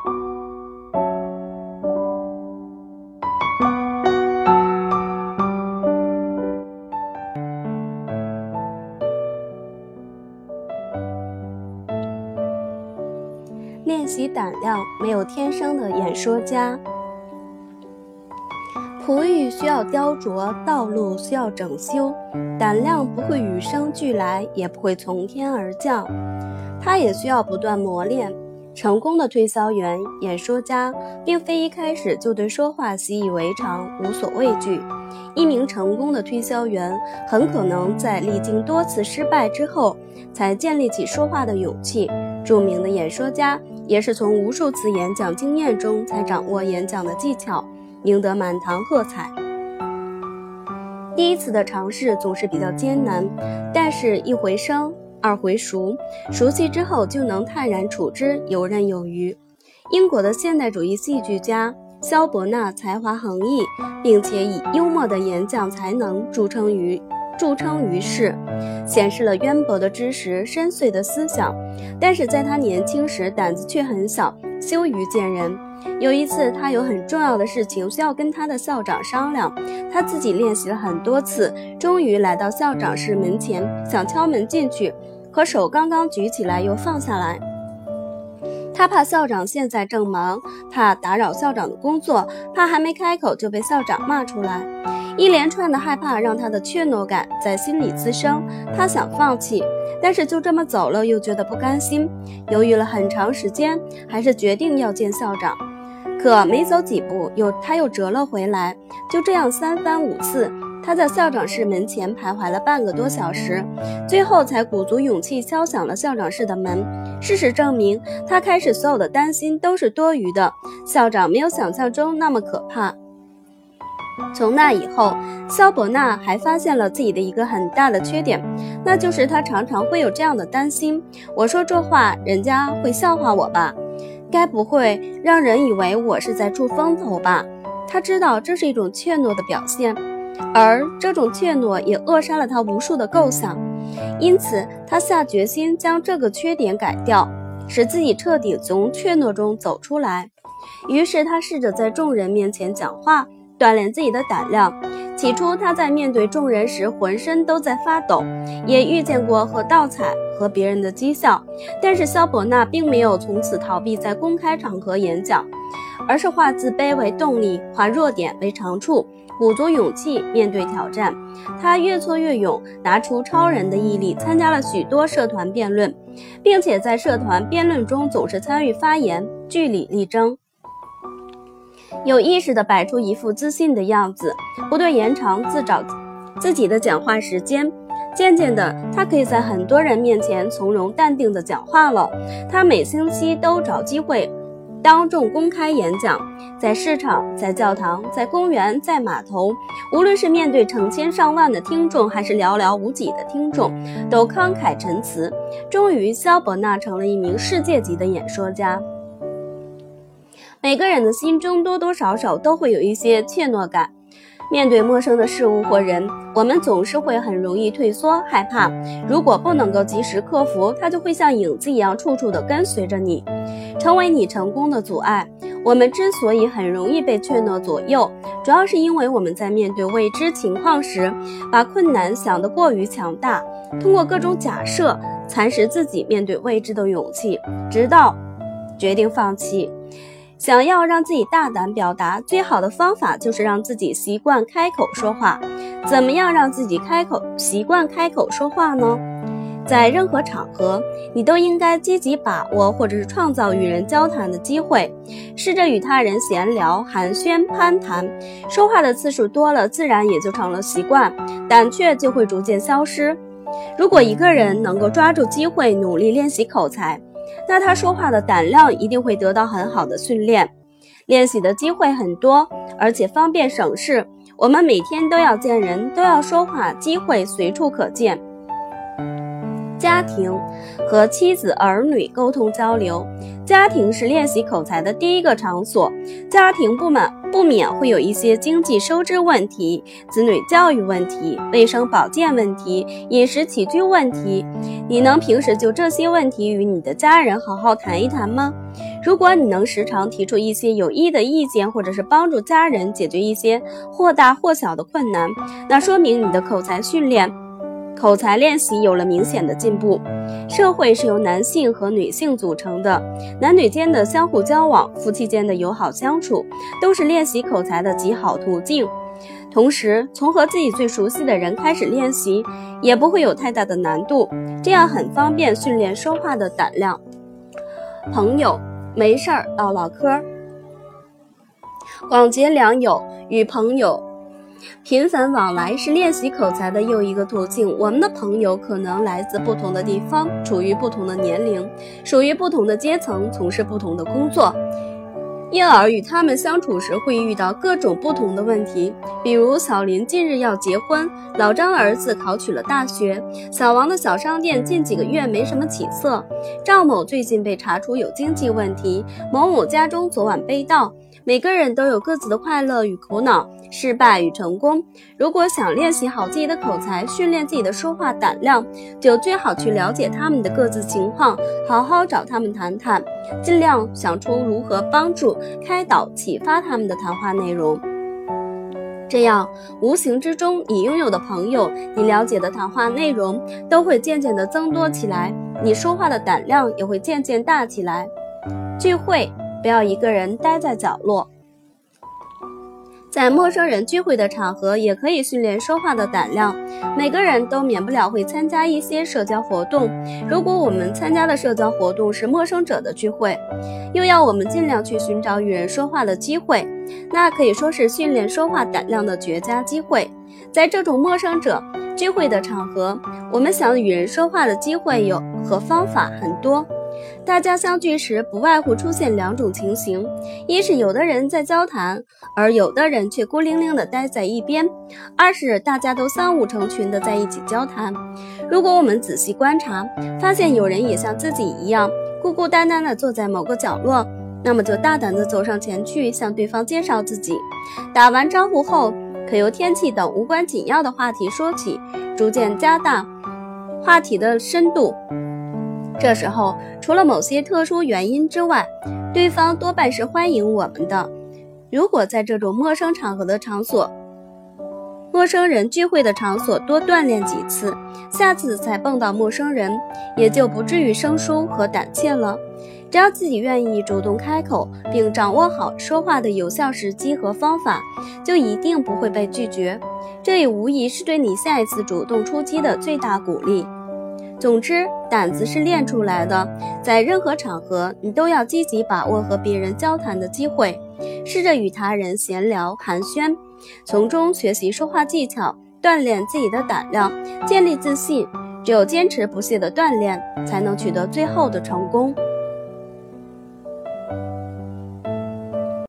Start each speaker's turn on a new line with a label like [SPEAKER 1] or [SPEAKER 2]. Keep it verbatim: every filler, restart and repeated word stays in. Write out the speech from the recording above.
[SPEAKER 1] 练习胆量，没有天生的演说家。璞玉需要雕琢，道路需要整修，胆量不会与生俱来，也不会从天而降，它也需要不断磨练。成功的推销员、演说家并非一开始就对说话习以为常，无所畏惧。一名成功的推销员很可能在历经多次失败之后才建立起说话的勇气。著名的演说家也是从无数次演讲经验中才掌握演讲的技巧，赢得满堂喝彩。第一次的尝试总是比较艰难，但是一回生二回熟，熟悉之后就能泰然处之，游刃有余。英国的现代主义戏剧家萧伯纳才华横溢，并且以幽默的演讲才能著称于著称于世，显示了渊博的知识、深邃的思想。但是在他年轻时胆子却很小，羞于见人。有一次他有很重要的事情需要跟他的校长商量，他自己练习了很多次，终于来到校长室门前，想敲门进去，可手刚刚举起来又放下来。他怕校长现在正忙，怕打扰校长的工作，怕还没开口就被校长骂出来。一连串的害怕让他的怯懦感在心里滋生，他想放弃，但是就这么走了又觉得不甘心，犹豫了很长时间，还是决定要见校长。可没走几步又他又折了回来，就这样三番五次，他在校长室门前徘徊了半个多小时，最后才鼓足勇气敲响了校长室的门。事实证明，他开始所有的担心都是多余的，校长没有想象中那么可怕。从那以后，萧伯纳还发现了自己的一个很大的缺点，那就是他常常会有这样的担心：我说这话，人家会笑话我吧？该不会让人以为我是在出风头吧？他知道这是一种怯懦的表现，而这种怯懦也扼杀了他无数的构想。因此，他下决心将这个缺点改掉，使自己彻底从怯懦中走出来。于是他试着在众人面前讲话，锻炼自己的胆量。起初他在面对众人时浑身都在发抖，也遇见过和盗采和别人的讥笑，但是萧伯纳并没有从此逃避在公开场合演讲，而是化自卑为动力，化弱点为长处，鼓足勇气面对挑战。他越挫越勇，拿出超人的毅力，参加了许多社团辩论，并且在社团辩论中总是参与发言，据理力争，有意识地摆出一副自信的样子，不断延长自找自己的讲话时间。渐渐的，他可以在很多人面前从容淡定地讲话了。他每星期都找机会当众公开演讲，在市场、在教堂、在公园、在码头，无论是面对成千上万的听众，还是寥寥无几的听众，都慷慨陈词。终于，萧伯纳成了一名世界级的演说家。每个人的心中多多少少都会有一些怯懦感，面对陌生的事物或人，我们总是会很容易退缩害怕，如果不能够及时克服，它就会像影子一样处处的跟随着你，成为你成功的阻碍。我们之所以很容易被怯懦左右，主要是因为我们在面对未知情况时，把困难想得过于强大，通过各种假设蚕食自己面对未知的勇气，直到决定放弃。想要让自己大胆表达，最好的方法就是让自己习惯开口说话。怎么样让自己开口习惯开口说话呢？在任何场合，你都应该积极把握或者是创造与人交谈的机会，试着与他人闲聊、寒暄、攀谈。说话的次数多了，自然也就成了习惯，胆怯就会逐渐消失。如果一个人能够抓住机会，努力练习口才，那他说话的胆量一定会得到很好的训练。练习的机会很多，而且方便省事。我们每天都要见人，都要说话，机会随处可见。家庭和妻子儿女沟通交流，家庭是练习口才的第一个场所。家庭不满不免会有一些经济收支问题、子女教育问题、卫生保健问题、饮食起居问题。你能平时就这些问题与你的家人好好谈一谈吗？ 如果你能时常提出一些有益的意见，或者是帮助家人解决一些或大或小的困难，那说明你的口才训练、口才练习有了明显的进步。社会是由男性和女性组成的，男女间的相互交往、夫妻间的友好相处，都是练习口才的极好途径。同时，从和自己最熟悉的人开始练习，也不会有太大的难度，这样很方便训练说话的胆量。朋友，没事儿唠唠嗑。广结良友，与朋友频繁往来是练习口才的又一个途径。我们的朋友可能来自不同的地方，处于不同的年龄，属于不同的阶层，从事不同的工作，因而与他们相处时会遇到各种不同的问题。比如小林近日要结婚，老张的儿子考取了大学，小王的小商店近几个月没什么起色，赵某最近被查出有经济问题，某某家中昨晚被盗。每个人都有各自的快乐与苦恼，失败与成功。如果想练习好自己的口才，训练自己的说话胆量，就最好去了解他们的各自情况，好好找他们谈谈，尽量想出如何帮助、开导、启发他们的谈话内容。这样无形之中，你拥有的朋友，你了解的谈话内容都会渐渐的增多起来，你说话的胆量也会渐渐大起来。聚会不要一个人待在角落。在陌生人聚会的场合，也可以训练说话的胆量。每个人都免不了会参加一些社交活动，如果我们参加的社交活动是陌生者的聚会，又要我们尽量去寻找与人说话的机会，那可以说是训练说话胆量的绝佳机会。在这种陌生者聚会的场合，我们想与人说话的机会有和方法很多。大家相聚时不外乎出现两种情形，一是有的人在交谈，而有的人却孤零零地待在一边；二是大家都三五成群地在一起交谈。如果我们仔细观察，发现有人也像自己一样孤孤单单地坐在某个角落，那么就大胆地走上前去向对方介绍自己。打完招呼后，可由天气等无关紧要的话题说起，逐渐加大话题的深度。这时候，除了某些特殊原因之外，对方多半是欢迎我们的。如果在这种陌生场合的场所、陌生人聚会的场所多锻炼几次，下次再碰到陌生人，也就不至于生疏和胆怯了。只要自己愿意主动开口，并掌握好说话的有效时机和方法，就一定不会被拒绝。这也无疑是对你下一次主动出击的最大鼓励。总之，胆子是练出来的，在任何场合，你都要积极把握和别人交谈的机会，试着与他人闲聊寒暄，从中学习说话技巧，锻炼自己的胆量，建立自信。只有坚持不懈的锻炼，才能取得最后的成功。